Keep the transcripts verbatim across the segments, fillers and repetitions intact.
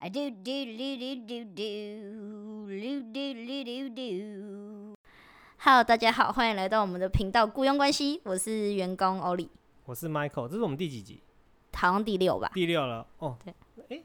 do do do do do do do do do。Hello， 大家好，欢迎来到我们的频道雇佣关系，我是员工 Oli， 我是 Michael， 这是我们第几集？ 好像第六吧？ 第六了哦。 对， 哎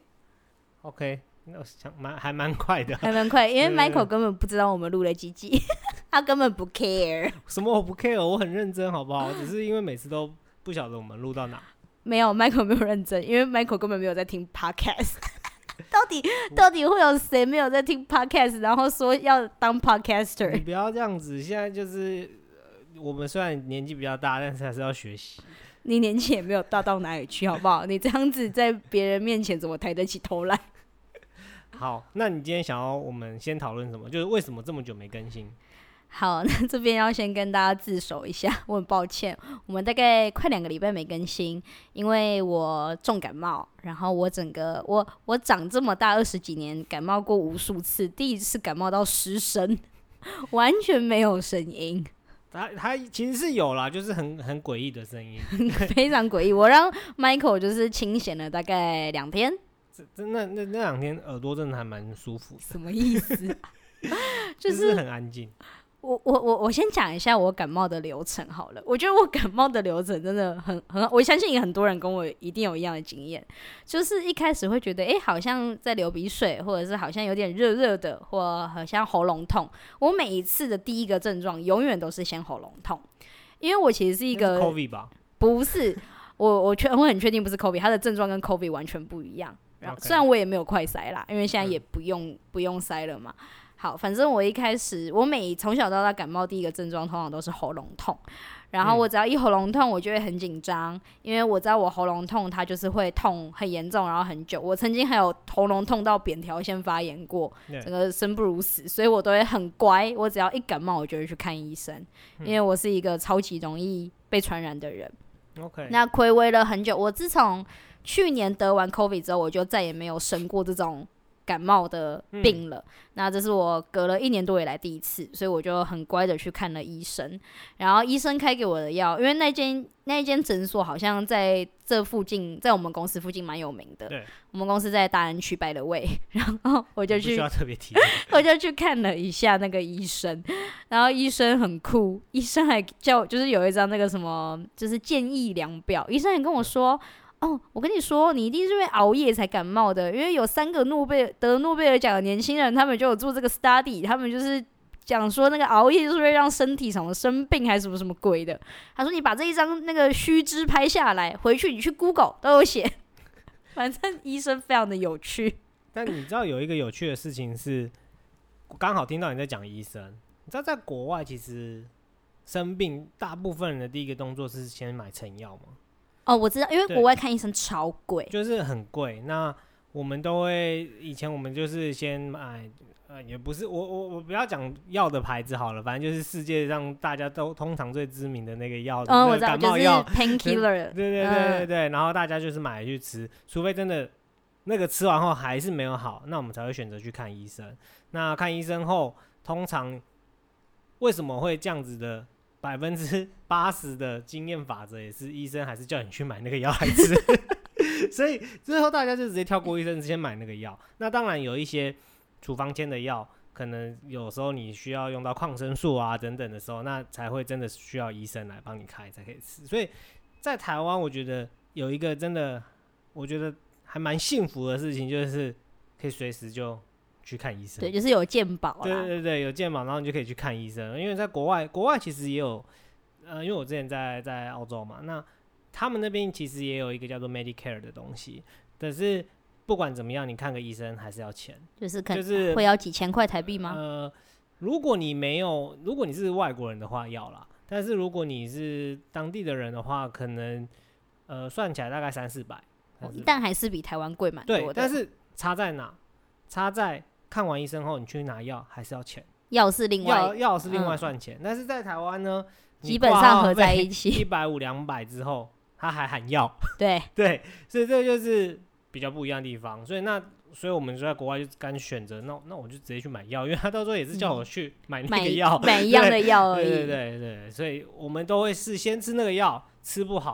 ，OK， 那我想蛮还蛮快的， 还蛮快，因为 Michael 根本不知道我们录了几集，他根本不 care。 什么我不 care， 我很认真，好不好？只是因为每次都不晓得我们录到哪。 没有 ，Michael 没有认真，因为 Michael 根本没有在听 podcast。到底到底会有谁没有在听 podcast， 然后说要当 podcaster？ 你不要这样子，现在就是、呃、我们虽然年纪比较大，但是还是要学习。 你年纪也没有大到哪里去，好不好？你这样子在别人面前怎么抬得起头来？ 好，那你今天想要我们先讨论什么？就是为什么这么久没更新？ 好，那这边要先跟大家自首一下，我很抱歉，我们大概快两个礼拜没更新，因为我重感冒，然后我整个我我长这么大二十几年，感冒过无数次，第一次感冒到失声，完全没有声音。 他他其实是有啦，就是很很诡异的声音， 非常诡异。我让 Michael 就是清闲了大概两天， 真的那那两天耳朵真的还蛮舒服的。 什么意思、啊？ 就是、就是很安静。 我我我我先讲一下我感冒的流程好了。我觉得我感冒的流程真的很很好，我相信很多人跟我一定有一样的经验，就是一开始会觉得哎、欸，好像在流鼻水，或者是好像有点热热的，或好像喉咙痛。我每一次的第一个症状永远都是先喉咙痛，因为我其实是一个 COVID 吧？不是，我我确我很确定不是 COVID， 它的症状跟 COVID 完全不一样。Okay. 虽然我也没有快筛啦，因为现在也不用、嗯、不用筛了嘛。好，反正我一开始，我每从小到大感冒第一个症状通常都是喉咙痛，然后我只要一喉咙痛，我就会很紧张，因为我知道我喉咙痛，它就是会痛很严重，然后很久。我曾经还有喉咙痛到扁桃腺发炎过，整个生不如死，所以我都会很乖。我只要一感冒，我就会去看医生，因为我是一个超级容易被传染的人。 OK， 那睽违了很久，我自从去年得完 COVID 之后，我就再也没有生过这种感冒的病了、嗯、那这是我隔了一年多以来第一次，所以我就很乖的去看了医生，然后医生开给我的药，因为那间那间诊所好像在这附近，在我们公司附近蛮有名的， 对， 我们公司在大安区百乐味，然后我就去， 不需要特别提我就去看了一下那个医生，然后医生很酷，医生还叫就是有一张那个什么就是建议量表，医生还跟我说、嗯哦，我跟你说，你一定是因为熬夜才感冒的，因为有三个诺贝尔得诺贝尔奖的年轻人，他们就有做这个 study， 他们就是讲说那个熬夜就是会让身体什么生病还是什么什么鬼的。他说你把这一张那个须知拍下来，回去你去 Google 都有写。反正医生非常的有趣。 但你知道有一个有趣的事情是，刚好听到你在讲医生，你知道在国外其实生病大部分人的第一个动作是先买成药吗？ 哦，我知道，因为国外看医生超贵， 就是很贵。那我们都会，以前我们就是先买，呃，也不是，我我我不要讲药的牌子好了，反正就是世界上大家都通常最知名的那个药， 嗯， 那我知道， 感冒药， 就是 painkiller， 对对对对对对、嗯，然后大家就是买去吃，除非真的那个吃完后还是没有好，那我们才会选择去看医生。那看医生后，通常为什么会这样子的？百分之八十的经验法则也是医生还是叫你去买那个药来吃，所以最后大家就直接跳过医生，直接买那个药。那当然有一些处方签的药，可能有时候你需要用到抗生素啊等等的时候，那才会真的需要医生来帮你开才可以吃。所以在台湾，我觉得有一个真的，我觉得还蛮幸福的事情，就是可以随时就去看医生， 对，就是有健保啦， 对对对，有健保，然后你就可以去看医生。因为在国外，国外其实也有，呃，因为我之前在在澳洲嘛，那他们那边其实也有一个叫做 Medicare 的东西，但是不管怎么样，你看个医生还是要钱， 就是可能就是会要几千块台币吗？ 呃，如果你没有，如果你是外国人的话要啦，但是如果你是当地的人的话，可能呃算起来大概三四百， 但还是比台湾贵蛮多的。 对，但是差在哪？差在看完医生后，你去拿药还是要钱， 药是另外药药是另外算钱、嗯，但是在台湾呢， 基本上合在一起， 一百五两百之后，他还喊药， 对对，所以这就是比较不一样的地方。所以那所以我们就在国外就干选择，那那我就直接去买药，因为他到时候也是叫我去买那个药， 买一样的药而已。 对对对对，所以我们都会是先吃那个药，吃不好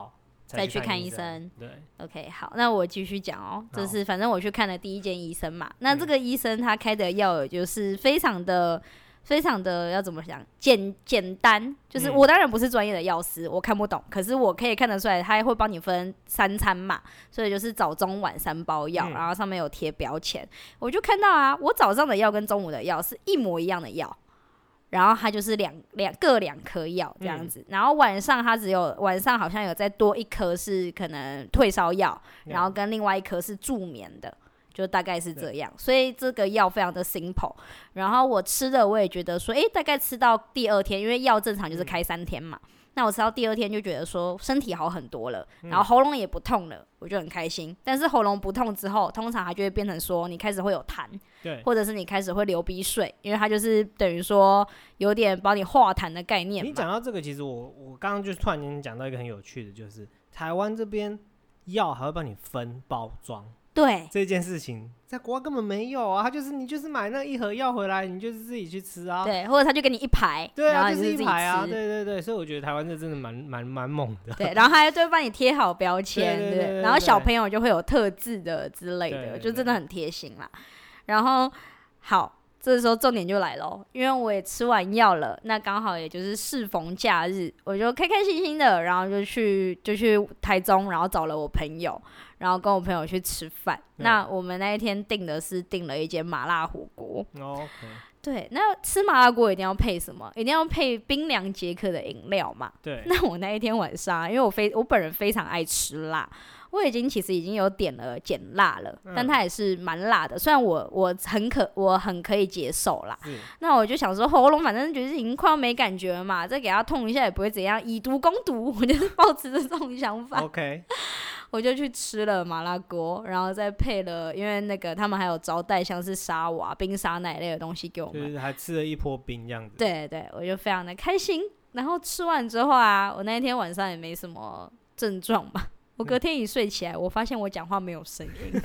再去看医医生。 对 ，OK， 好，那我继续讲哦。这是反正我去看了第一间医生嘛，那这个医生他开的药就是非常的。非常的要怎么讲简简单，就是我当然不是专业的药师，我看不懂，可是我可以看得出来，他会帮你分三餐嘛，所以就是早中晚三包药，嗯、然后上面有贴标签，我就看到啊，我早上的药跟中午的药是一模一样的药。然后它就是两两各两颗药这样子、嗯，然后晚上它只有晚上好像有再多一颗是可能退烧药，然后跟另外一颗是助眠的。就大概是这样，所以这个药非常的 simple。然后我吃的我也觉得说，哎，大概吃到第二天，因为药正常就是开三天嘛，嗯、那我吃到第二天就觉得说身体好很多了，然后喉咙也不痛了，我就很开心。但是喉咙不痛之后，通常它就会变成说你开始会有痰，对，或者是你开始会流鼻水，因为它就是等于说有点帮你化痰的概念嘛。 你讲到这个，其实我我刚刚就突然间讲到一个很有趣的，就是台湾这边药还会帮你分包装。 对这件事情，在国外根本没有啊，他就是你就是买那一盒药回来，你就是自己去吃啊。 对，或者他就给你一排， 对啊， 然后你就是一排啊， 对对对对，所以我觉得台湾这真的蛮蛮蛮猛的。 对，然后他就会帮你贴好标签， 对对 对, 对, 对, 对， 然后小朋友就会有特制的之类的， 对对对， 就真的很贴心啦。然后好。这时候重点就来咯，因为我也吃完药了，那刚好也就是适逢假日，我就开开心心的，然后就去就去台中，然后找了我朋友，然后跟我朋友去吃饭。那我们那一天订的是订了一间麻辣火锅。 哦 okay. 对，那吃麻辣锅一定要配什么？一定要配冰凉解渴的饮料嘛。 对。 那我那一天晚上，因为我非我本人非常爱吃辣。我已经其实已经有点了减辣了，嗯、但它也是蛮辣的。虽然我我很可我很可以接受啦，那我就想说喉咙反正就是已经快要没感觉了嘛，再给它痛一下也不会怎样，以毒攻毒，我就是抱持着这种想法。 OK， 我就去吃了麻辣锅，然后再配了，因为那个他们还有招待像是沙瓦、冰沙奶类的东西给我们， 就是还吃了一波冰这样子。 对对，我就非常的开心。然后吃完之后啊，我那一天晚上也没什么症状吧。我隔天一睡起来，我发现我讲话没有声音。我那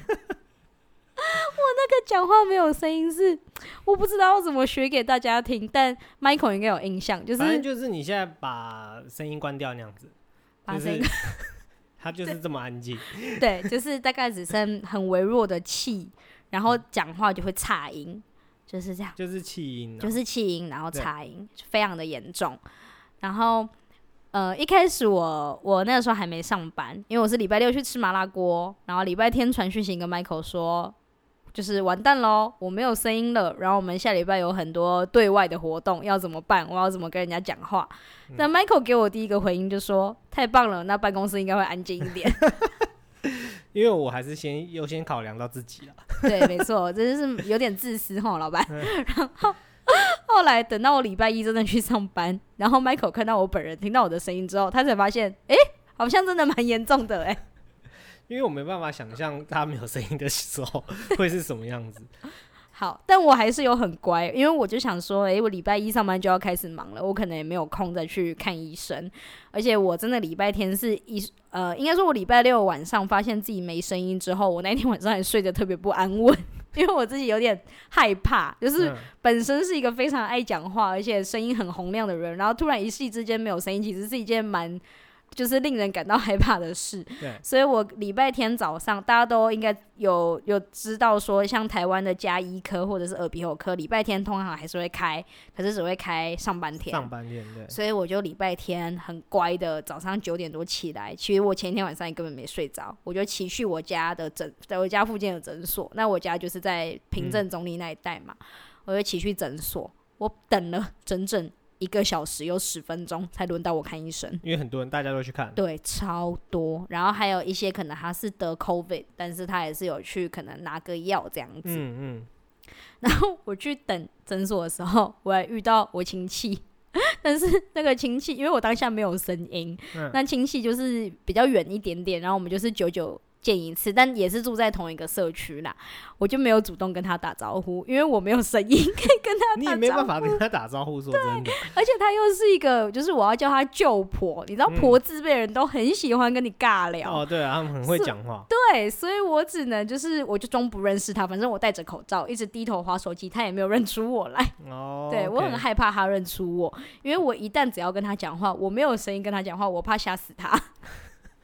个讲话没有声音是我不知道要怎么学给大家听，但 Michael 应该有印象，就是反正就是你现在把声音关掉那样子，把声音、就是、它就是这么安静。 对，就是大概只剩很微弱的气，然后讲话就会岔音，就是这样， 就是气音、啊， 就是气音，然后岔音，非常的严重，然后。呃，一开始我我那个时候还没上班，因为我是礼拜六去吃麻辣锅，然后礼拜天传讯息跟 Michael 说，就是完蛋咯，我没有声音了，然后我们下礼拜有很多对外的活动，要怎么办？我要怎么跟人家讲话？嗯、但 Michael 给我第一个回应就说，太棒了，那办公室应该会安静一点。 因为我还是先优先考量到自己啦。 对，没错，这就是有点自私齁，老板。然后。后来等到我礼拜一真的去上班，然后 Michael 看到我本人听到我的声音之后，他才发现哎、欸，好像真的蛮严重的哎、欸。 因为我没办法想象他没有声音的时候会是什么样子。 好，但我还是有很乖，因为我就想说，哎、欸，我礼拜一上班就要开始忙了，我可能也没有空再去看医生，而且我真的礼拜天是一呃，应该说我礼拜六晚上发现自己没声音之后，我那天晚上也睡得特别不安稳，因为我自己有点害怕，就是本身是一个非常爱讲话而且声音很洪亮的人，然后突然一夕之间没有声音，其实是一件蛮。就是令人感到害怕的事，所以我礼拜天早上大家都应该有有知道说，像台湾的家医科或者是耳鼻喉科，礼拜天通常还是会开，可是只会开上半天。 上半天对。 所以我就礼拜天很乖的，早上九点多起来。其实我前一天晚上也根本没睡着，我就骑去我家的诊，在我家附近的诊所。那我家就是在平镇总理那一带嘛，嗯、我就骑去诊所，我等了整整。一个小时有十分钟才轮到我看医生， 因为很多人大家都去看， 对，超多。然后还有一些可能他是得 COVID， 但是他也是有去可能拿个药这样子。嗯嗯。然后我去等诊所的时候，我还遇到我亲戚，但是那个亲戚因为我当下没有声音，嗯、那亲戚就是比较远一点点，然后我们就是久久见一次，但也是住在同一个社区啦。我就没有主动跟他打招呼，因为我没有声音可以跟他打招呼。 你也没办法跟他打招呼，说真的。 而且他又是一个，就是我要叫他舅婆，你知道婆字辈人都很喜欢跟你尬聊。 嗯、哦，对啊，他们很会讲话。 对，所以我只能就是我就装不认识他，反正我戴着口罩，一直低头滑手机，他也没有认出我来。哦，对、okay. 我很害怕他认出我，因为我一旦只要跟他讲话，我没有声音跟他讲话，我怕吓死他。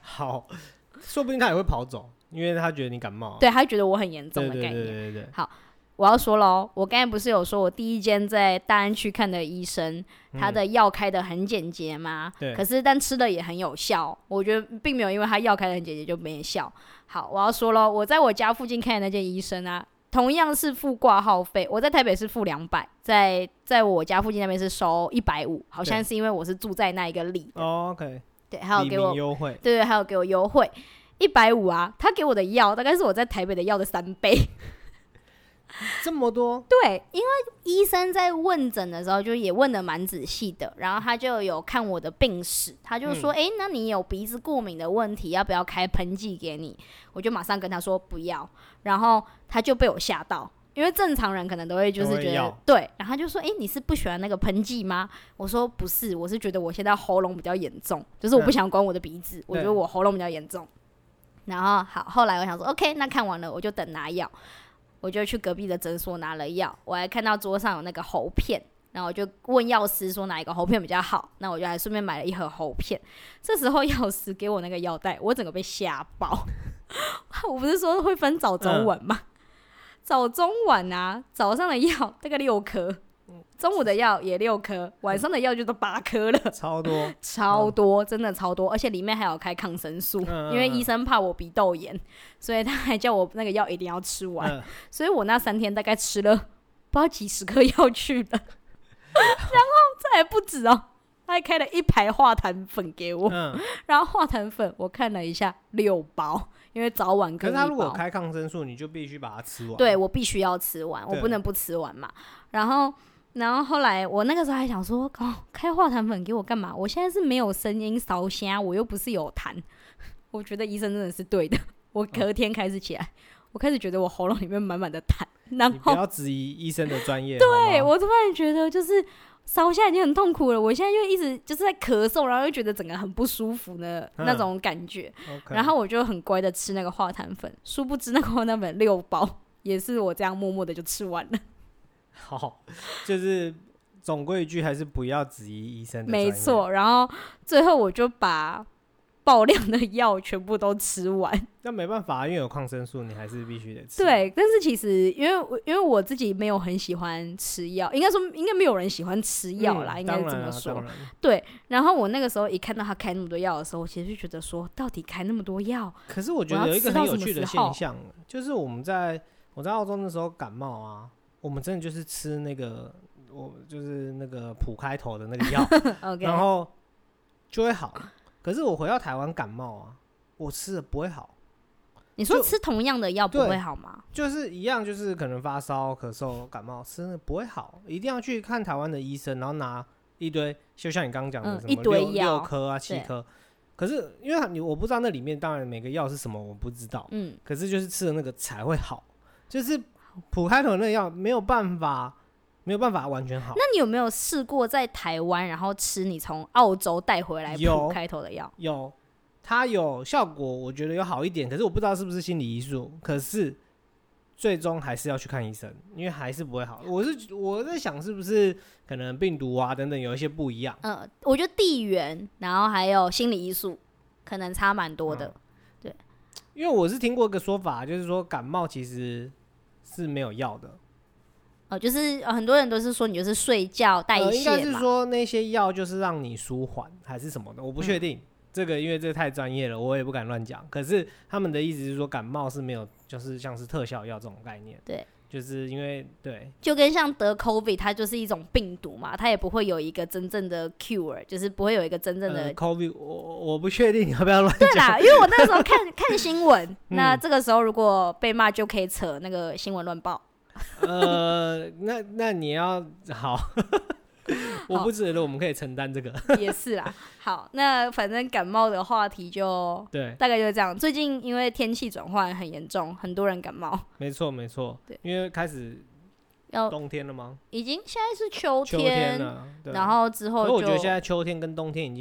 好，说不定他也会跑走，因为他觉得你感冒、啊。 对，他觉得我很严重的概念。 对对对对对。 好，我要说咯，我刚才不是有说我第一间在大安区看的医生，他的药开得很简洁吗？ 对。 可是但吃的也很有效，我觉得并没有因为他药开得很简洁就没效。好，我要说咯，我在我家附近看的那间医生啊，同样是付挂号费，我在台北是付两百，在在我家附近那边是收一百五，好像是因为我是住在那一个里的。 哦 ，OK。 对，还有给我优惠， 对对，还有给我优惠一百五啊！他给我的药大概是我在台北的药的三倍， 这么多？ 对，因为医生在问诊的时候就也问得蛮仔细的，然后他就有看我的病史，他就说：“哎、嗯欸，那你有鼻子过敏的问题，要不要开喷剂给你？”我就马上跟他说不要，然后他就被我吓到。因为正常人可能都会就是觉得对，然后他就说：“哎、欸，你是不喜欢那个喷剂吗？”我说：“不是，我是觉得我现在喉咙比较严重，就是我不想管我的鼻子，嗯、我觉得我喉咙比较严重。”然后好，后来我想说 ，OK， 那看完了我就等拿药，我就去隔壁的诊所拿了药，我还看到桌上有那个喉片，然后我就问药师说哪一个喉片比较好，那我就还顺便买了一盒喉片。这时候药师给我那个药袋，我整个被吓爆。我不是说会分早中晚吗？嗯早中晚啊，早上的药大概六颗，中午的药也六颗，晚上的药就都八颗了， 超多， 超多，嗯、真的超多，而且里面还有开抗生素，嗯、因为医生怕我鼻窦炎，所以他还叫我那个药一定要吃完，嗯、所以我那三天大概吃了不知道几十颗药去了，然后这还不止哦。他还开了一排化痰粉给我，嗯、然后化痰粉我看了一下，六包，因为早晚各一包。可是他如果开抗生素，你就必须把它吃完。 对，我必须要吃完，我不能不吃完嘛。然后，然后后来我那个时候还想说，哦，开化痰粉给我干嘛？我现在是没有声音烧声，我又不是有痰。我觉得医生真的是对的。我隔天开始起来，嗯、我开始觉得我喉咙里面满满的痰。然后你不要质疑医生的专业。 对，我突然觉得就是。烧下已经很痛苦了，我现在就一直就是在咳嗽，然后又觉得整个很不舒服的那种感觉，嗯 okay、然后我就很乖的吃那个化痰粉，殊不知那个化痰粉六包也是我这样默默的就吃完了。 好，就是总归一句，还是不要质疑医生的专业。 没错，然后最后我就把爆量的药全部都吃完。 那没办法，因为有抗生素，你还是必须得吃。 对，但是其实因为因为我自己没有很喜欢吃药，应该说应该没有人喜欢吃药啦，嗯、应该是这么说。对，然后我那个时候一看到他开那么多药的时候，我其实就觉得说，到底开那么多药？ 可是我觉得有一个很有趣的现象，就是我们在我在澳洲那时候感冒啊，我们真的就是吃那个我就是那个普开头的那个药， okay. 然后就会好。可是我回到台湾感冒啊，我吃了不会好。 你说吃同样的药不会好吗？ 就是一样，就是可能发烧、咳嗽、感冒，吃了不会好，一定要去看台湾的医生，然后拿一堆，就像你刚刚讲的什么、嗯、 一堆药六颗啊、七颗。可是因为你我不知道那里面当然每个药是什么，我不知道。嗯。可是就是吃了那个才会好，就是普开头那个药没有办法。没有办法完全好。 那你有没有试过在台湾，然后吃你从澳洲带回来普开头的药？ 有，它有效果，我觉得有好一点，可是我不知道是不是心理因素。可是最终还是要去看医生，因为还是不会好。我是我在想，是不是可能病毒啊等等有一些不一样？ 嗯，我觉得地缘，然后还有心理因素，可能差蛮多的。嗯、对， 因为我是听过一个说法，就是说感冒其实是没有药的。 哦，就是、呃、很多人都是说你就是睡觉代谢嘛、呃、应该是说那些药就是让你舒缓还是什么的，我不确定、嗯、这个，因为这个太专业了，我也不敢乱讲。可是他们的意思是说感冒是没有，就是像是特效药这种概念。 对， 就是因为对， 就跟像得 COVID 它就是一种病毒嘛，它也不会有一个真正的 cure， 就是不会有一个真正的、呃、 COVID 我我不确定，你要不要乱讲？ 对啦，因为我那个时候看看新闻、嗯、那这个时候如果被骂就可以扯那个新闻乱报。 呃，那那你要好，我不觉得我们可以承担这个。 也是啦。好，那反正感冒的话题就对， 大概就是这样。最近因为天气转换很严重，很多人感冒。 没错没错，对，因为开始要冬天了吗？ 已经现在是秋天， 秋天了，对， 然后之后就， 可是我觉得现在秋天跟冬天已经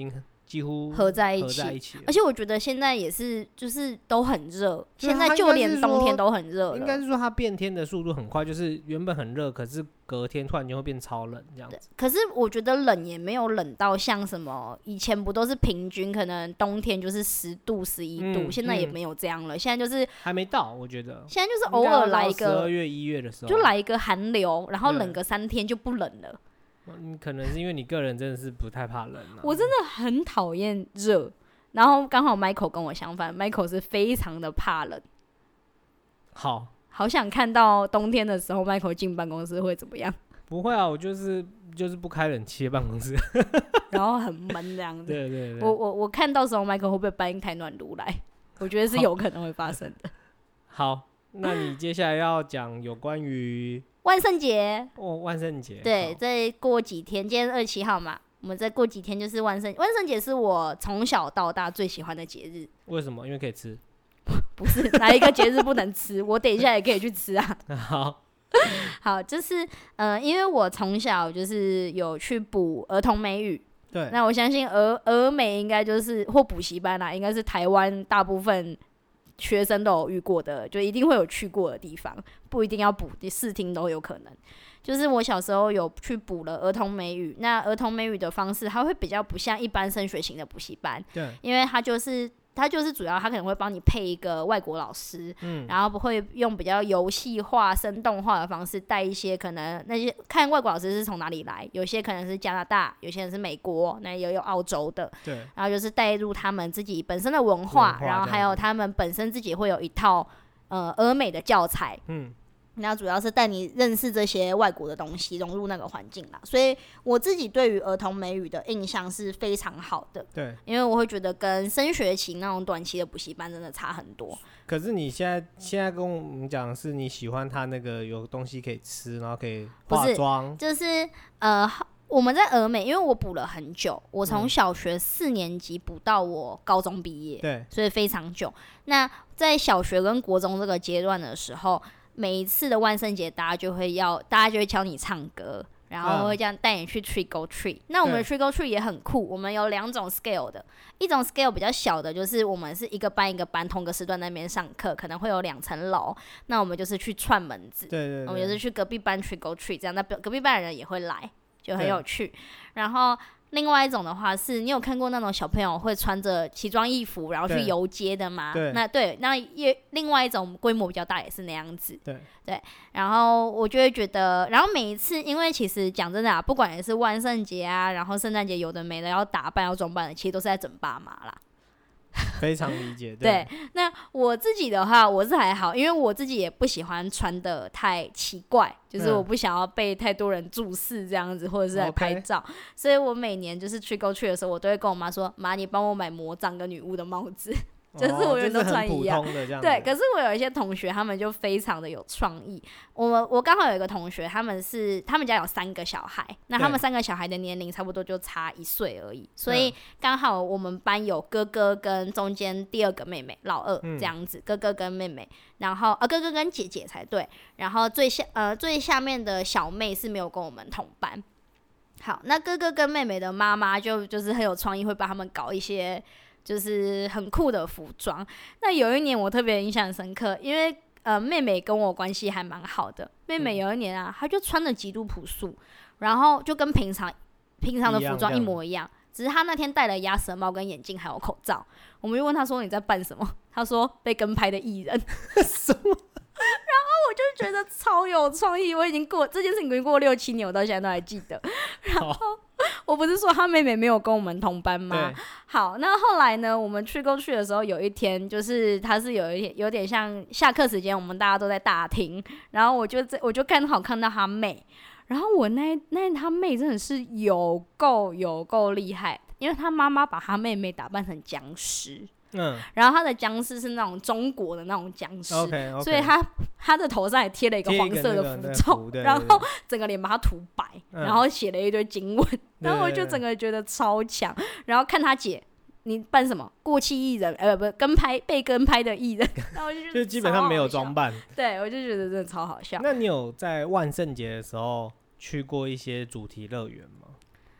几乎合在一起， 合在一起而且我觉得现在也是，就是都很热，现在就连冬天都很热了。 应该是说它变天的速度很快，就是原本很热，可是隔天突然间会变超冷这样子。 可是我觉得冷也没有冷到像什么以前不都是平均，可能冬天就是十度、十一度、嗯，现在也没有这样了。嗯、现在就是还没到，我觉得现在就是偶尔来一个十二月、一月的时候， 就来一个寒流，然后冷个三天就不冷了。 嗯，可能是因为你个人真的是不太怕冷啊。 我真的很讨厌热，然后刚好 Michael 跟我相反 ，Michael 是非常的怕冷。 好， 好想看到冬天的时候 Michael 进办公室会怎么样。 不会啊，我就是就是不开冷气的办公室， 然后很闷这样子。 对对对， 我我我看到时候 Michael 会不会搬一台暖炉来？我觉得是有可能会发生的。 好，那你接下来要讲有关于万圣节哦，万圣节对，再过几天，今天二十七号嘛，我们再过几天就是万圣。万圣节是我从小到大最喜欢的节日。 为什么？因为可以吃？ 不是，哪一个节日不能吃？我等一下也可以去吃啊。 好， 好，就是呃，因为我从小就是有去补儿童美语。 对， 那我相信儿儿美应该就是或补习班啦、啊，应该是台湾大部分学生都有遇过的，就一定会有去过的地方，不一定要补，试听都有可能。就是我小时候有去补了儿童美语，那儿童美语的方式，它会比较不像一般升学型的补习班， 对， 因为它就是它就是主要它可能会帮你配一个外国老师，嗯，然后不会用比较游戏化、生动化的方式带一些可能那些看外国老师是从哪里来，有些可能是加拿大，有些人是美国，那也有澳洲的， 对， 然后就是带入他们自己本身的文化， 文化然后还有他们本身自己会有一套呃俄美的教材，嗯。那主要是带你认识这些外国的东西，融入那个环境啦。所以我自己对于儿童美语的印象是非常好的。 对， 因为我会觉得跟升学期那种短期的补习班真的差很多。 可是你现在现在跟我们讲的是你喜欢他那个有东西可以吃，然后可以化妆， 就是呃。我们在俄美，因为我补了很久，我从小学四年级补到我高中毕业， 对， 所以非常久。那在小学跟国中这个阶段的时候，每一次的万圣节，大家就会要，大家就会教你唱歌，然后会这样带你去 trick or treat。那我们的 trick or treat 也很酷，我们有两种 scale 的，一种 scale 比较小的，就是我们是一个班一个班同个时段那边上课，可能会有两层楼，那我们就是去串门子， 对对对， 我们就是去隔壁班 trick or treat，这样，那隔壁班的人也会来。就很有趣，然后另外一种的话是，你有看过那种小朋友会穿着奇装异服，然后去游街的吗？ 对， 那对，那也另外一种规模比较大，也是那样子。 对对，然后我就会觉得，然后每一次，因为其实讲真的啊，不管也是万圣节啊，然后圣诞节有的没的要打扮要装扮的，其实都是在整爸妈啦。 非常理解， 对。对，那我自己的话，我是还好，因为我自己也不喜欢穿的太奇怪，就是我不想要被太多人注视这样子，或者是来拍照， okay. 所以我每年就是 trick or treat 的时候，我都会跟我妈说：“妈，你帮我买魔杖跟女巫的帽子。”就是我永远都穿一样， 哦就是、样对。可是我有一些同学，他们就非常的有创意。我我刚好有一个同学，他们是他们家有三个小孩，那他们三个小孩的年龄差不多就差一岁而已，所以刚好我们班有哥哥跟中间第二个妹妹，老二这样子，嗯、哥哥跟妹妹，然后呃哥哥跟姐姐才对，然后最下呃最下面的小妹是没有跟我们同班。好，那哥哥跟妹妹的妈妈就就是很有创意，会帮他们搞一些。就是很酷的服装。那有一年我特别印象深刻，因为呃妹妹跟我关系还蛮好的。妹妹有一年啊，她就穿的极度朴素，然后就跟平常平常的服装一模一样，只是她那天戴了鸭舌帽跟眼镜还有口罩。我们就问她说你在扮什么？她说被跟拍的艺人。 什么？ 然后我就觉得超有创意，我已经过这件事情已经过六七年，我到现在都还记得。然后我不是说她妹妹没有跟我们同班吗？好，那后来呢，我们去过去的时候，有一天就是她是有一点有点像下课时间，我们大家都在大厅，然后我就我就刚好看到她妹，然后我那那她妹真的是有够有够厉害，因为她妈妈把她妹妹打扮成僵尸。嗯，然后他的僵尸是那种中国的那种僵尸， okay, okay. 所以他他的头上也贴了一个黄色的符咒，那個、然后整个脸把他涂白，嗯、然后写了一堆经文，然后我就整个觉得超强。然后看他姐，你扮什么过气艺人？呃，不，跟拍被跟拍的艺人，然后我就觉得就基本上没有装扮。 对，我就觉得真的超好笑。 那你有在万圣节的时候去过一些主题乐园吗？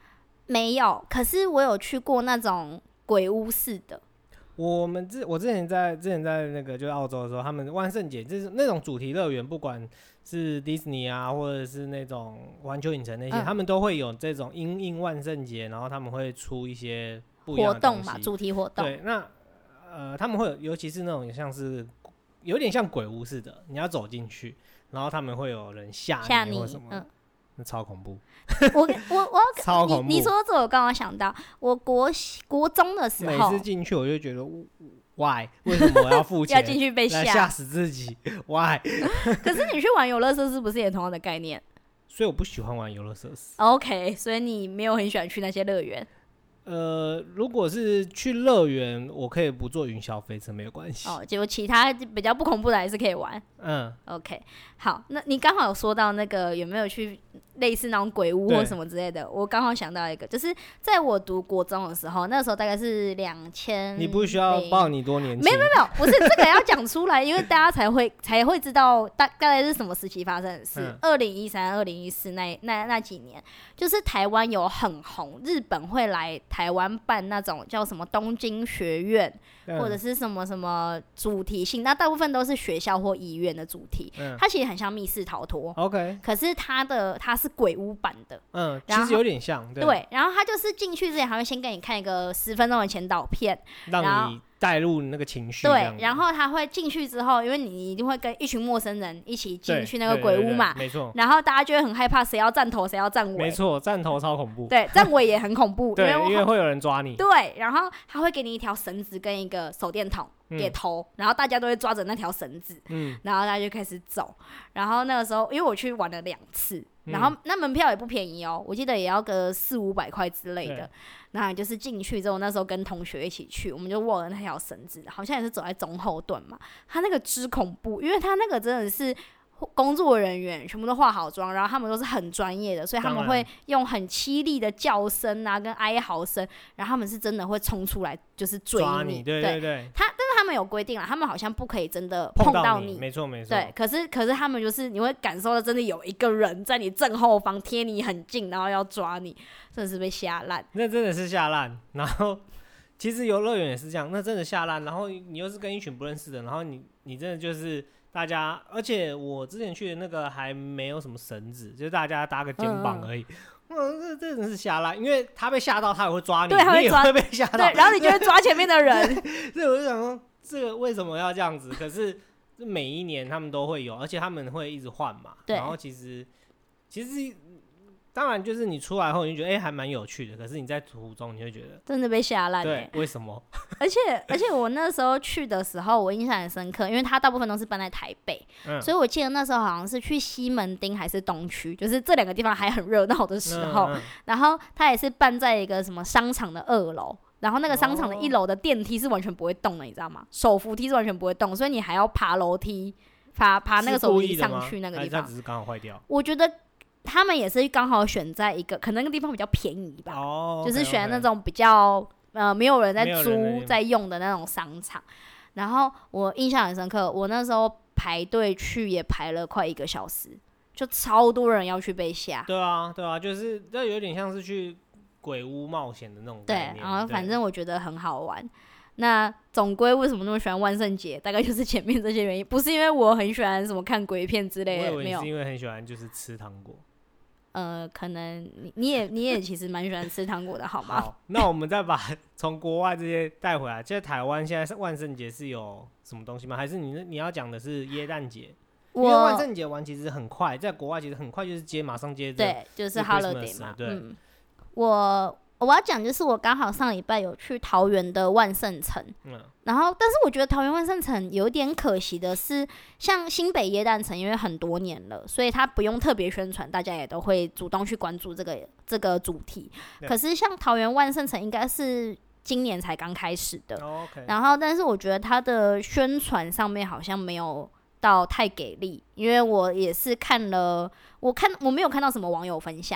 没有，可是我有去过那种鬼屋式的。 我们之我之前在之前在那个就是澳洲的时候，他们万圣节就是那种主题乐园，不管是迪士尼啊，或者是那种环球影城那些，嗯、他们都会有这种因应万圣节，然后他们会出一些不一样的东西活动嘛，主题活动。 对，那呃他们会有，尤其是那种像是有点像鬼屋似的，你要走进去，然后他们会有人吓你或什么。嗯，那超恐怖！ 我我我超恐怖！ 你, 你说这我刚刚想到，我国国中的时候， 每次进去我就觉得 ，why？ 为什么我要付钱？ 要进去被吓， 吓死自己 ？why？ 可是你去玩游乐设施，不是也同样的概念？ 所以我不喜欢玩游乐设施。 OK， 所以你没有很喜欢去那些乐园。 呃，如果是去乐园，我可以不坐云霄飞车，没有关系。 哦，结果其他比较不恐怖的还是可以玩。 嗯 ，OK， 好，那你刚好有说到那个有没有去类似那种鬼屋或什么之类的？我刚好想到一个，就是在我读国中的时候，那时候大概是两千。 你不需要报你多年轻。 没有没有没有，不是这个要讲出来，因为大家才会才会知道大大概是什么时期发生的事。二零一三、二零一四那那那几年，就是台湾有很红，日本会来台湾办那种叫什么东京学院，嗯、或者是什么什么主题性，那大部分都是学校或医院的主题。嗯、它其实很像密室逃脱 ，OK， 可是它的它是鬼屋版的， 嗯，其实有点像，对。 对，然后它就是进去之前还会先给你看一个十分钟的前导片， 让你带入那个情绪。 对，然后他会进去之后，因为你一定会跟一群陌生人一起进去那个鬼屋嘛， 没错。 然后大家就会很害怕，谁要站头，谁要站尾。 没错，站头超恐怖。 对，站尾也很恐怖， 对， 因为因为会有人抓你。 对，然后他会给你一条绳子跟一个手电筒给头，嗯、然后大家都会抓着那条绳子，嗯，然后大家就开始走。然后那个时候，因为我去玩了两次。然后那门票也不便宜哦，我记得也要个四五百块之类的。那就是进去之后，那时候跟同学一起去，我们就握了那条绳子，好像也是走在中后段嘛。他那个之恐怖，因为他那个真的是工作人员全部都化好妆，然后他们都是很专业的，所以他们会用很凄厉的叫声啊跟哀嚎声，然后他们是真的会冲出来就是追你。 抓你，对对对。 他但是他们有规定啦，他们好像不可以真的碰到你， 没错没错。 对，可是可是他们就是你会感受到真的有一个人在你正后方贴你很近，然后要抓你，真的是被吓烂。 那真的是吓烂。然后其实游乐园也是这样，那真的吓烂。然后你又是跟一群不认识的，然后你你真的就是大家，而且我之前去的那个还没有什么绳子，就是大家搭个肩膀而已。嗯嗯，这真的是吓烂，因为他被吓到，他也会抓你， 对，他会抓， 你也会被吓到， 对，然后你就会抓前面的人。 所以我就想说，这个为什么要这样子？可是每一年他们都会有，而且他们会一直换嘛。 对。 然后其实，其实当然就是你出来后你就觉得哎、欸、还蛮有趣的，可是你在途中你会觉得真的被吓烂。 对，为什么？ 而且而且我那时候去的时候，我印象很深刻，因为它大部分都是办在台北，嗯、所以我记得那时候好像是去西门町还是东区，就是这两个地方还很热闹的时候。嗯嗯、然后它也是办在一个什么商场的二楼。然后那个商场的一楼的电梯是完全不会动的，你知道吗？手扶梯是完全不会动，所以你还要爬楼梯，爬爬那个手扶梯上去那个地方。 它只是刚好坏掉。 我觉得他们也是刚好选在一个可能那个地方比较便宜吧， 哦、 就是选那种比较呃没有人在租在用的那种商场。然后我印象很深刻，我那时候排队去也排了快一个小时，就超多人要去被吓。 对啊，对啊，就是这有点像是去鬼屋冒险的那种概念。 对，然后反正我觉得很好玩。那总归为什么那么喜欢万圣节？大概就是前面这些原因，不是因为我很喜欢什么看鬼片之类的， 我以为你是因为很喜欢就是吃糖果。 呃，可能你你也你也其实蛮喜欢吃糖果的，好吗？ 好，那我们再把从国外这些带回来。在台湾现在万圣节是有什么东西吗？还是你你要讲的是耶诞节？因为万圣节完其实很快，在国外其实很快就是接，马上接着对，就是 holiday 嘛。 对， 嗯、我我要讲就是我刚好上礼拜有去桃园的万圣城，嗯，然后但是我觉得桃园万圣城有点可惜的是，像新北耶诞城因为很多年了，所以它不用特别宣传，大家也都会主动去关注这个这个主题。可是像桃园万圣城应该是今年才刚开始的， 哦 okay、 然后但是我觉得它的宣传上面好像没有到太给力，因为我也是看了，我看我没有看到什么网友分享。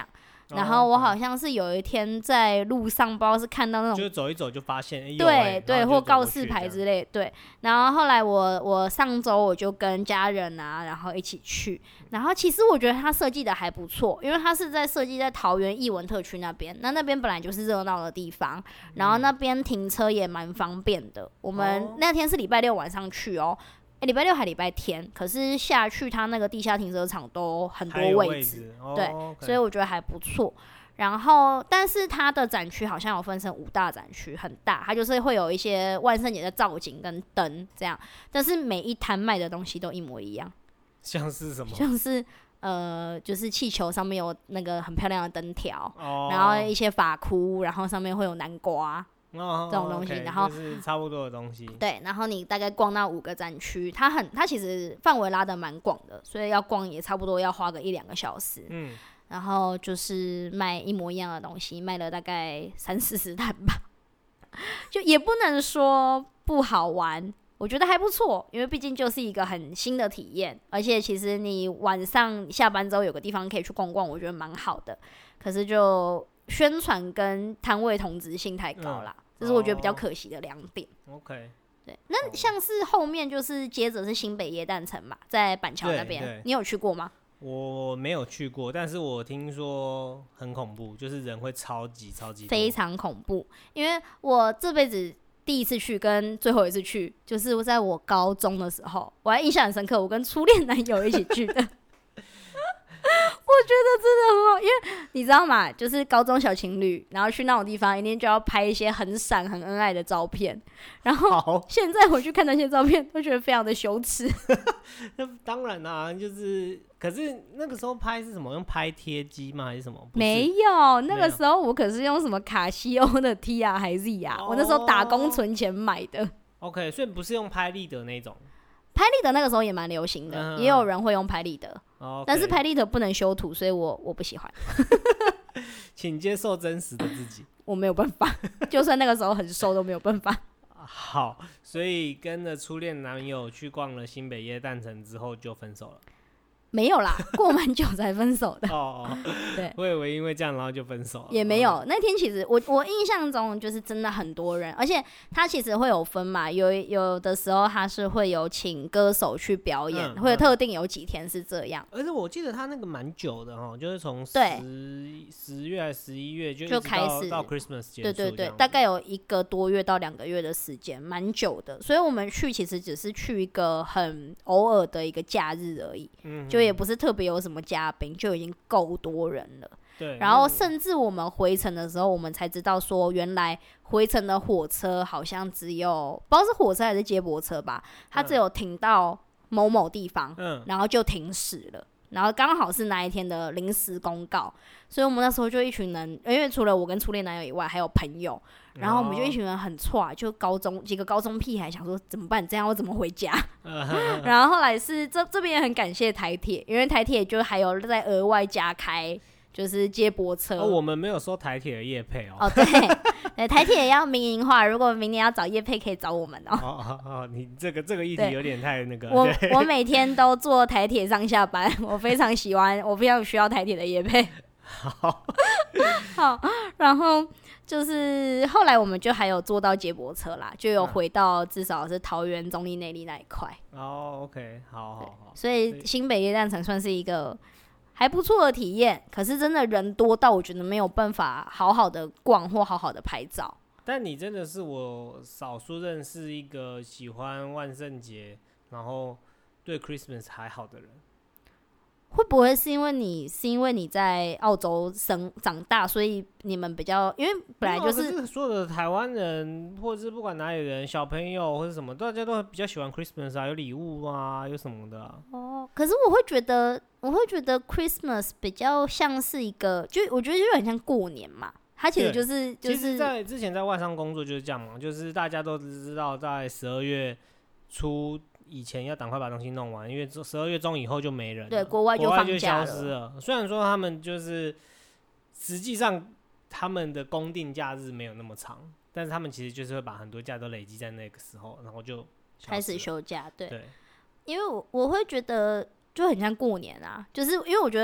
然后我好像是有一天在路上，不知道是看到那种， 就是走一走就发现，欸、 对、 欸、 对，或告示牌之类，对。然后后来我我上周我就跟家人啊，然后一起去。然后其实我觉得它设计的还不错，因为它是在设计在桃园艺文特区那边，那那边本来就是热闹的地方，然后那边停车也蛮方便的。我们那天是礼拜六晚上去哦。欸、礼拜六还礼拜天，可是下去他那个地下停车场都很多位置， 哦、 对、 okay 所以我觉得还不错。然后，但是它的展区好像有分成五大展区，很大，它就是会有一些万圣节的造景跟灯这样，但是每一摊卖的东西都一模一样。 像是什么？ 像是呃，就是气球上面有那个很漂亮的灯条， 哦、 然后一些发箍，然后上面会有南瓜。 哦、 这种东西， okay, 然后就是差不多的东西。 对，然后你大概逛那五个展区，它很，它其实范围拉得蛮广的，所以要逛也差不多要花个一两个小时。嗯，然后就是卖一模一样的东西，卖了大概三四十摊吧，就也不能说不好玩，我觉得还不错，因为毕竟就是一个很新的体验，而且其实你晚上下班之后有个地方可以去逛逛，我觉得蛮好的。可是就宣传跟摊位同质性太高啦、嗯，这是我觉得比较可惜的两点。 哦、OK， 对，那像是后面就是接着是新北耶诞城嘛，在板桥那边，你有去过吗？ 我没有去过，但是我听说很恐怖，就是人会超级超级多， 非常恐怖。因为我这辈子第一次去跟最后一次去，就是在我高中的时候，我还印象很深刻，我跟初恋男友一起去的。我觉得真的很好，因为你知道吗？就是高中小情侣，然后去那种地方，一定就要拍一些很闪、很恩爱的照片。然后现在回去看那些照片，都觉得非常的羞耻。 那当然啦、啊，就是，可是那个时候拍是什么？用拍贴机吗？还是什么？ 没有，那个时候我可是用什么卡西欧的 T 啊，还是 Z 啊、哦？我那时候打工存钱买的。 OK， 所以不是用拍立得那种。 拍立得那个时候也蛮流行的、嗯，也有人会用拍立得、哦 okay，但是拍立得不能修图，所以我我不喜欢。 请接受真实的自己。 我没有办法，就算那个时候很瘦都没有办法。 好，所以跟着初恋男友去逛了新北耶诞城之后就分手了。 没有啦，过蛮久才分手的。 哦哦，对，我以为因为这样然后就分手了。 也没有，哦、那天其实我我印象中就是真的很多人，而且他其实会有分嘛，有有的时候他是会有请歌手去表演，嗯、或者特定有几天是这样。 而且我记得他那个蛮久的哦，就是从十十月还是十一月就一直到就开始到 Christmas 结束， 对对对，大概有一个多月到两个月的时间，蛮久的。所以我们去其实只是去一个很偶尔的一个假日而已，嗯。就也不是特别有什么嘉宾，就已经够多人了。 对， 然后甚至我们回程的时候，我们才知道说，原来回程的火车好像只有不知道是火车还是接驳车吧，它只有停到某某地方，嗯，然后就停驶了。然后刚好是那一天的临时公告，所以我们那时候就一群人，因为除了我跟初恋男友以外，还有朋友，然后我们就一群人很挫，就高中几个高中屁孩想说怎么办？这样我怎么回家？然后后来是这这边也很感谢台铁，因为台铁就还有再额外加开。就是接驳车、 哦，我们没有收台铁的业配哦。 哦，对，对，台铁也要民营化。如果明年要找业配，可以找我们哦。 哦哦哦，你这个这个议题有点太那个。 我我每天都坐台铁上下班，我非常喜欢，我非常需要台铁的业配。 好， 好，然后就是后来我们就还有坐到接驳车啦，就有回到至少是桃园中立内壢那一块。 哦 ，OK， 好好好。 所以新北耶诞城算是一个还不错的体验，可是真的人多到我觉得没有办法好好的逛或好好的拍照。 但你真的是我少数认识一个喜欢万圣节，然后对 Christmas 还好的人。 会不会是因为你是因为你在澳洲生长大，所以你们比较因为本来就是， 是所有的台湾人或者是不管哪里人，小朋友或者什么，大家都比较喜欢 Christmas 啊，有礼物啊，有什么的、啊。 哦，可是我会觉得，我会觉得 Christmas 比较像是一个，就我觉得就很像过年嘛。它其实就是就是， 其实在之前在外商工作就是这样嘛，就是大家都知道在十二月初。以前要赶快把东西弄完，因为十二月中以后就没人了， 对，国外就放假了，国外就消失了。虽然说他们就是实际上他们的公定假日没有那么长，但是他们其实就是会把很多假都累积在那个时候，然后就开始休假。对， 对， 因为我我会觉得就很像过年啊，就是因为我觉得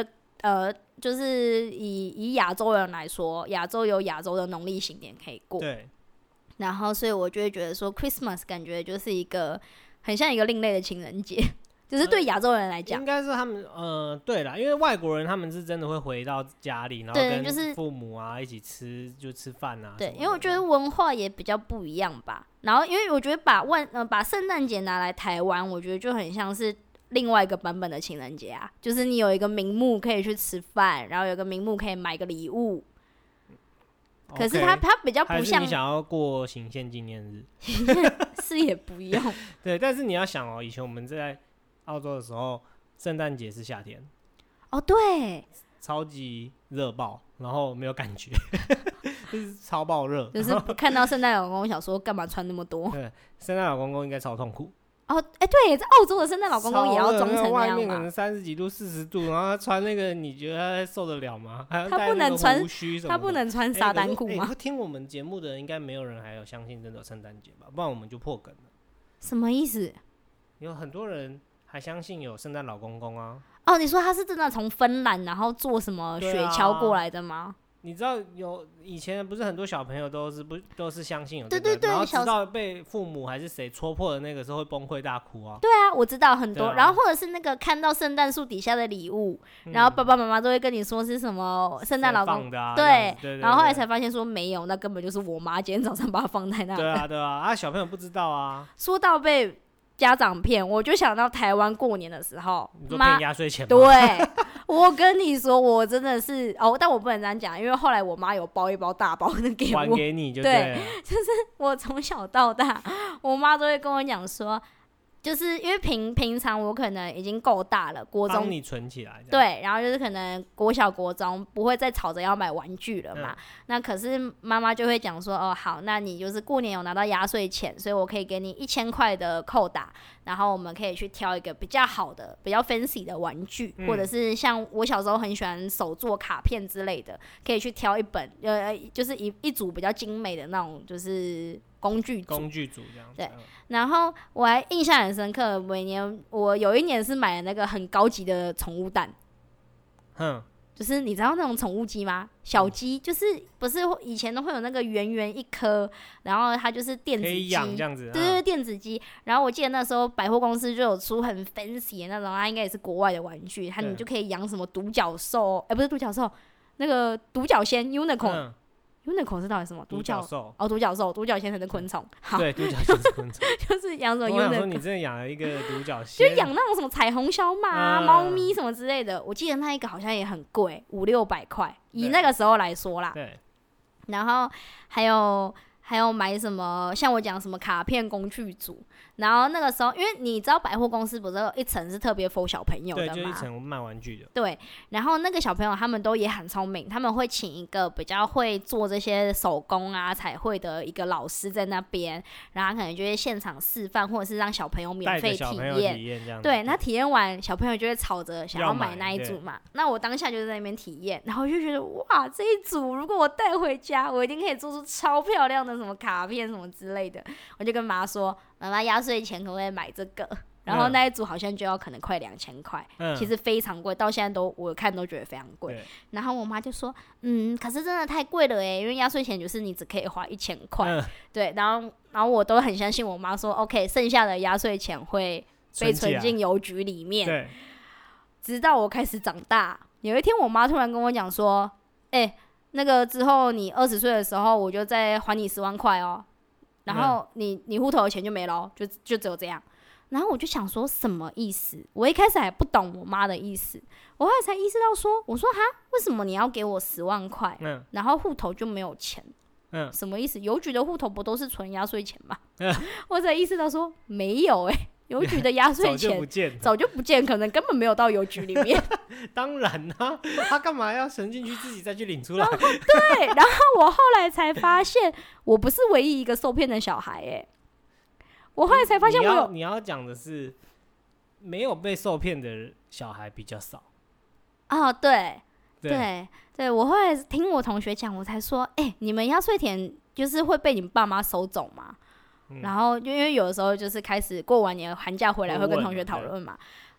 呃，就是以以亚洲人来说，亚洲有亚洲的农历新年可以过， 对。 然后所以我就会觉得说 Christmas 感觉就是一个很像一个另类的情人节，就是对亚洲人来讲、 呃，应该是他们呃，对啦，因为外国人他们是真的会回到家里，然后跟父母啊一起吃，就吃饭啊。 对，因为我觉得文化也比较不一样吧。然后因为我觉得把万呃把圣诞节拿来台湾，我觉得就很像是另外一个版本的情人节啊，就是你有一个名目可以去吃饭，然后有一个名目可以买个礼物。可是它它比较不像， 还是你想要过行宪纪念日？ 是也不用。 对，但是你要想哦，以前我们在澳洲的时候，圣诞节是夏天。 哦，对， 超级热爆，然后没有感觉，就是超爆热。 就是看到圣诞老公公，想说干嘛穿那么多？ 对，圣诞老公公应该超痛苦。 哦，哎、欸，对，在澳洲的圣诞老公公也要装成那样吗？ 外面可能三十几度、四十度，然后他穿那个，你觉得他受得了吗？还要他不能穿，他不能穿沙丹裤吗？ 欸欸、听我们节目的人应该没有人还有相信真的有圣诞节吧？不然我们就破梗了。 什么意思？ 有很多人还相信有圣诞老公公啊。 哦，你说他是真的从芬兰然后坐什么雪橇过来的吗？ 你知道有以前不是很多小朋友都是不都是相信有这个， 对对对， 然后直到被父母还是谁戳破的那个时候会崩溃大哭啊。 对啊，我知道很多、 啊， 然后或者是那个看到圣诞树底下的礼物、嗯，然后爸爸妈妈都会跟你说是什么圣诞老公、 啊、 对, 对, 对, 对， 然后后来才发现说没有，那根本就是我妈今天早上把它放在那。 对啊对啊，啊小朋友不知道啊。 说到被家长骗，我就想到台湾过年的时候， 你说骗压岁钱吗？ 对，我跟你说，我真的是哦，但我不能这样讲，因为后来我妈有包一包大包的给我， 还给你就对了。 对，就是我从小到大，我妈都会跟我讲说。就是因为平平常我可能已经够大了，国中帮你存起来， 对，然后就是可能国小国中不会再吵着要买玩具了嘛、嗯，那可是妈妈就会讲说，哦好，那你就是过年有拿到压岁钱，所以我可以给你一千块的扣打，然后我们可以去挑一个比较好的、比较 fancy 的玩具、嗯，或者是像我小时候很喜欢手做卡片之类的，可以去挑一本，呃，就是一一组比较精美的那种，就是工具组， 工具组这样子。 对，然后我还印象很深刻，每年我有一年是买了那个很高级的宠物蛋， 哼， 就是你知道那种宠物鸡吗？小鸡、嗯、就是不是以前都会有那个圆圆一颗，然后它就是电子鸡，可以养这样子， 对对对，电子鸡。然后我记得那时候百货公司就有出很 fancy 的那种，它应该也是国外的玩具，它你就可以养什么独角兽，哎、欸，不是独角兽，那个独角仙 unicorn。嗯unicorn 是到底什么？ 独角兽哦，独角兽，独角仙是昆虫。好， 对，独角仙是昆虫， 就是养什么 unicorn。 我想说，你真的养了一个独角仙， 就养那种什么彩虹小马啊、猫、嗯、咪什么之类的。我记得那一个好像也很贵，五六百块，以那个时候来说啦。 对。 然后还有还有买什么？像我讲什么卡片工具组。然后那个时候，因为你知道百货公司不是有一层是特别 for 小朋友的嘛？ 对，就一层卖玩具的。 对，然后那个小朋友他们都也很聪明，他们会请一个比较会做这些手工啊、彩绘的一个老师在那边，然后他可能就会现场示范，或者是让小朋友免费体验。 体验这样子。 对，那体验完，小朋友就会吵着想要买那一组嘛。那我当下就在那边体验，然后就觉得哇，这一组如果我带回家，我一定可以做出超漂亮的什么卡片什么之类的。我就跟妈说。妈妈压岁钱可不可以买这个？然后那一组好像就要可能快两千块，其实非常贵，到现在都我看都觉得非常贵。然后我妈就说：“嗯，可是真的太贵了哎，因为压岁钱就是你只可以花一千块。嗯”对，然后然后我都很相信我妈说 ：“OK， 剩下的压岁钱会被存进邮局里面。”对。直到我开始长大，有一天我妈突然跟我讲说：“哎、欸，那个之后你二十岁的时候，我就再还你十万块哦。”然后你你户头的钱就没了，就就只有这样。然后我就想说什么意思？我一开始还不懂我妈的意思，我后来才意识到说，我说哈，为什么你要给我十万块、嗯？然后户头就没有钱？嗯，什么意思？邮局的户头不都是存压岁钱吗？嗯、我才意识到说没有哎、欸。邮局的压岁钱早就不见，早就不见，可能根本没有到邮局里面。 当然啦、啊，他干嘛要存进去自己再去领出来？ 对，然后我后来才发现，我不是唯一一个受骗的小孩哎、欸。我后来才发现我有， 你要讲的是，没有被受骗的小孩比较少。 哦，对，对，对，对我后来听我同学讲，我才说，哎、欸，你们压岁钱就是会被你们爸妈收走吗？嗯、然后因为有的时候就是开始过完年寒假回来会跟同学讨论嘛，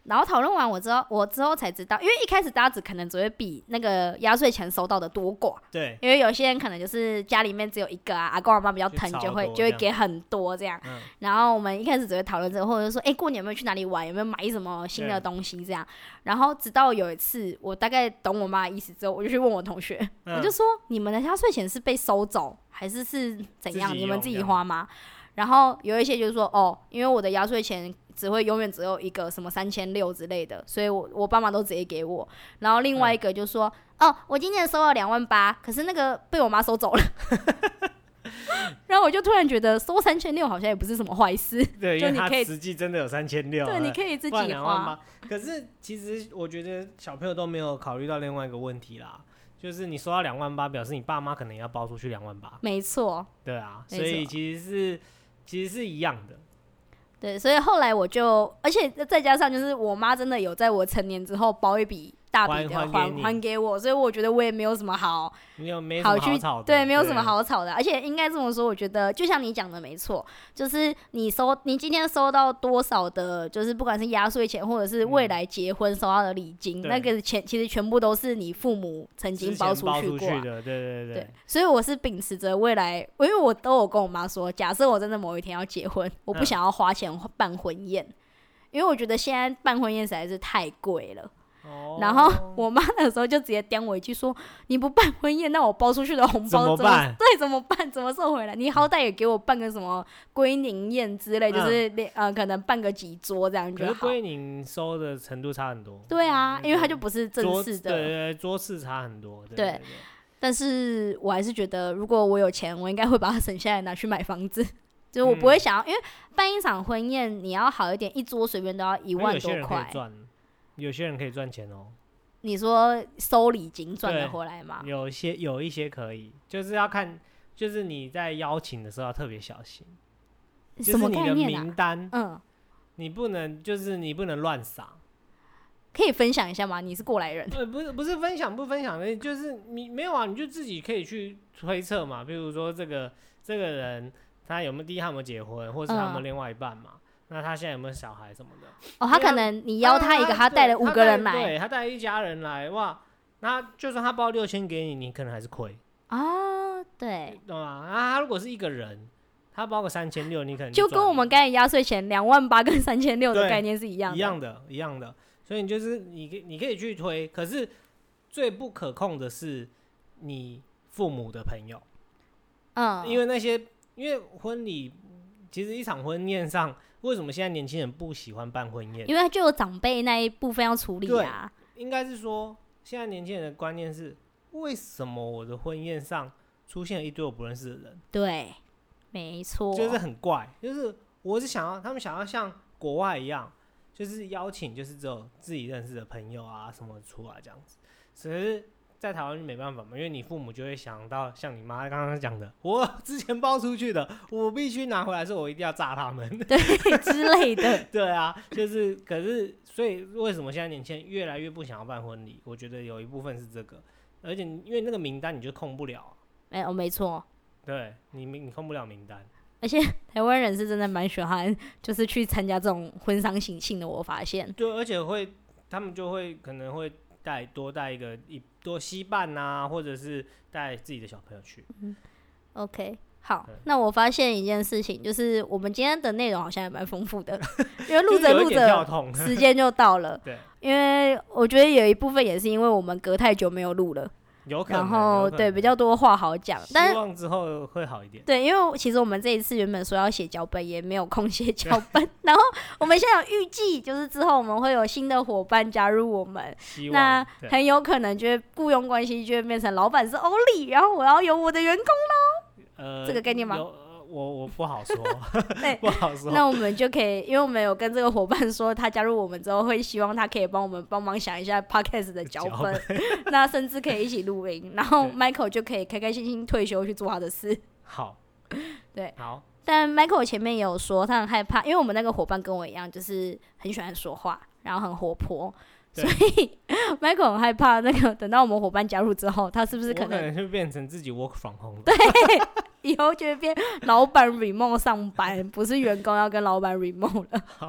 然后讨论完我之后，我之后才知道，因为一开始大家只可能只会比那个压岁钱收到的多寡， 对， 因为有些人可能就是家里面只有一个啊，阿公阿妈比较疼，就会就会给很多这样。嗯、然后我们一开始只会讨论这个，或者说，哎、欸，过年有没有去哪里玩，有没有买什么新的东西这样。然后直到有一次，我大概懂我妈的意思之后，我就去问我同学，嗯、我就说，你们的压岁钱是被收走，还是是怎样？你们自己花吗？然后有一些就是说，哦，因为我的压岁钱只会永远只有一个什么三千六之类的，所以我我爸妈都直接给我。然后另外一个就说，嗯、哦，我今年收了两万八，可是那个被我妈收走了。然后我就突然觉得收三千六好像也不是什么坏事， 对， 就因为他实际真的有三千六， 对，你可以自己花。 可是其实我觉得小朋友都没有考虑到另外一个问题啦。就是你收到两万八，表示你爸妈可能也要包出去两万八。没错，对啊，所以其实是其实是一样的。 对，所以后来我就，而且再加上就是我妈真的有在我成年之后包一笔大笔的还还给我，所以我觉得我也没有什么好， 没有没什么好吵的， 对，没有什么好吵的。而且应该这么说，我觉得就像你讲的没错，就是你收你今天收到多少的，就是不管是压岁钱或者是未来结婚收到的礼金，嗯、那个钱其实全部都是你父母曾经包出去过、啊， 的，对对 对, 对。 所以我是秉持着未来，因为我都有跟我妈说，假设我真的某一天要结婚，我不想要花钱办婚宴，嗯、因为我觉得现在办婚宴实在是太贵了。Oh. 然后我妈那时候就直接刁我一句说：“你不办婚宴，那我包出去的红包怎么办？对，怎么办？怎么收回来？你好歹也给我办个什么归宁宴之类，嗯、就是呃，可能办个几桌这样就好。”可是归宁收的程度差很多。 对啊，因为它就不是正式的， 对对对，桌式差很多。对, 对, 对, 对。 但是我还是觉得，如果我有钱，我应该会把它省下来拿去买房子。就是我不会想要，嗯、因为办一场婚宴，你要好一点，一桌随便都要一万多块。 有些人可以赚钱哦。 你说收礼金赚得回来吗？ 有一些有一些可以，就是要看，就是你在邀请的时候要特别小心。 什么概念啊？ 就是你的名单， 嗯， 你不能，就是你不能乱撒。 可以分享一下吗？你是过来人。 呃，不是不是分享不分享的，就是你没有啊，你就自己可以去推测嘛。比如说这个这个人他有没有第一他有没有结婚，或是他有没有另外一半嘛？嗯，那他现在有没有小孩什么的？ 哦，他可能你邀他一个，他带了五个人来， 对，他带一家人来，哇，那就算他包六千给你，你可能还是亏啊，对， 懂吗？啊，他如果是一个人，他包个三千六，你可能就, 就跟我们刚才压岁钱两万八跟三千六的概念是一样的， 一样的，一样的。所以你就是你，你可以去推，可是最不可控的是你父母的朋友，嗯，因为那些，因为婚礼。其实一场婚宴上，为什么现在年轻人不喜欢办婚宴？ 因为就有长辈那一部分要处理啊。 应该是说，现在年轻人的观念是，为什么我的婚宴上出现了一堆我不认识的人？ 对，没错， 就是很怪。就是我是想要他们想要像国外一样，就是邀请就是只有自己认识的朋友啊什么出来这样子。只是在台湾就没办法嘛，因为你父母就会想到像你妈刚刚讲的，我之前包出去的，我必须拿回来，所以我一定要炸他们， 对之类的。对啊，就是可是所以为什么现在年轻人越来越不想要办婚礼？我觉得有一部分是这个，而且因为那个名单你就控不了。 哎、欸，哦，没错， 对你你控不了名单。 而且台湾人是真的蛮喜欢，就是去参加这种婚丧喜庆的，我发现。 对，而且会他们就会可能会带多带一个一。多稀伴啊，或者是带自己的小朋友去。 嗯 ，OK， 好。那我发现一件事情，就是我们今天的内容好像也蛮丰富的，因为录着录着时间就到了。对，因为我觉得有一部分也是因为我们隔太久没有录了。 有可能， 然后对比较多话好讲，但希望之后会好一点。 对，因为其实我们这一次原本说要写脚本，也没有空写脚本。然后我们现在有预计，就是之后我们会有新的伙伴加入我们，那很有可能就会雇佣关系就会变成老板是欧丽，然后我要有我的员工咯。呃，这个概念吗？ 我我不好说，不好说。 那我们就可以，因为我们有跟这个伙伴说，他加入我们之后会希望他可以帮我们帮忙想一下 podcast 的脚本，脚本那甚至可以一起录音，然后 Michael 就可以开开心心退休去做他的事。 好， 对， 好。 但 Michael 前面也有说他很害怕，因为我们那个伙伴跟我一样，就是很喜欢说话，然后很活泼。所以 Michael 很害怕那个等到我们伙伴加入之后，他是不是可能我可能就变成自己 work from home？ 对，以后就会变老板 remote 上班，不是员工要跟老板 remote 了。 好，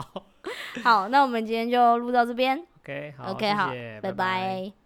好，那我们今天就录到这边。 OK，好 OK，好， 谢谢， 拜拜拜。 拜。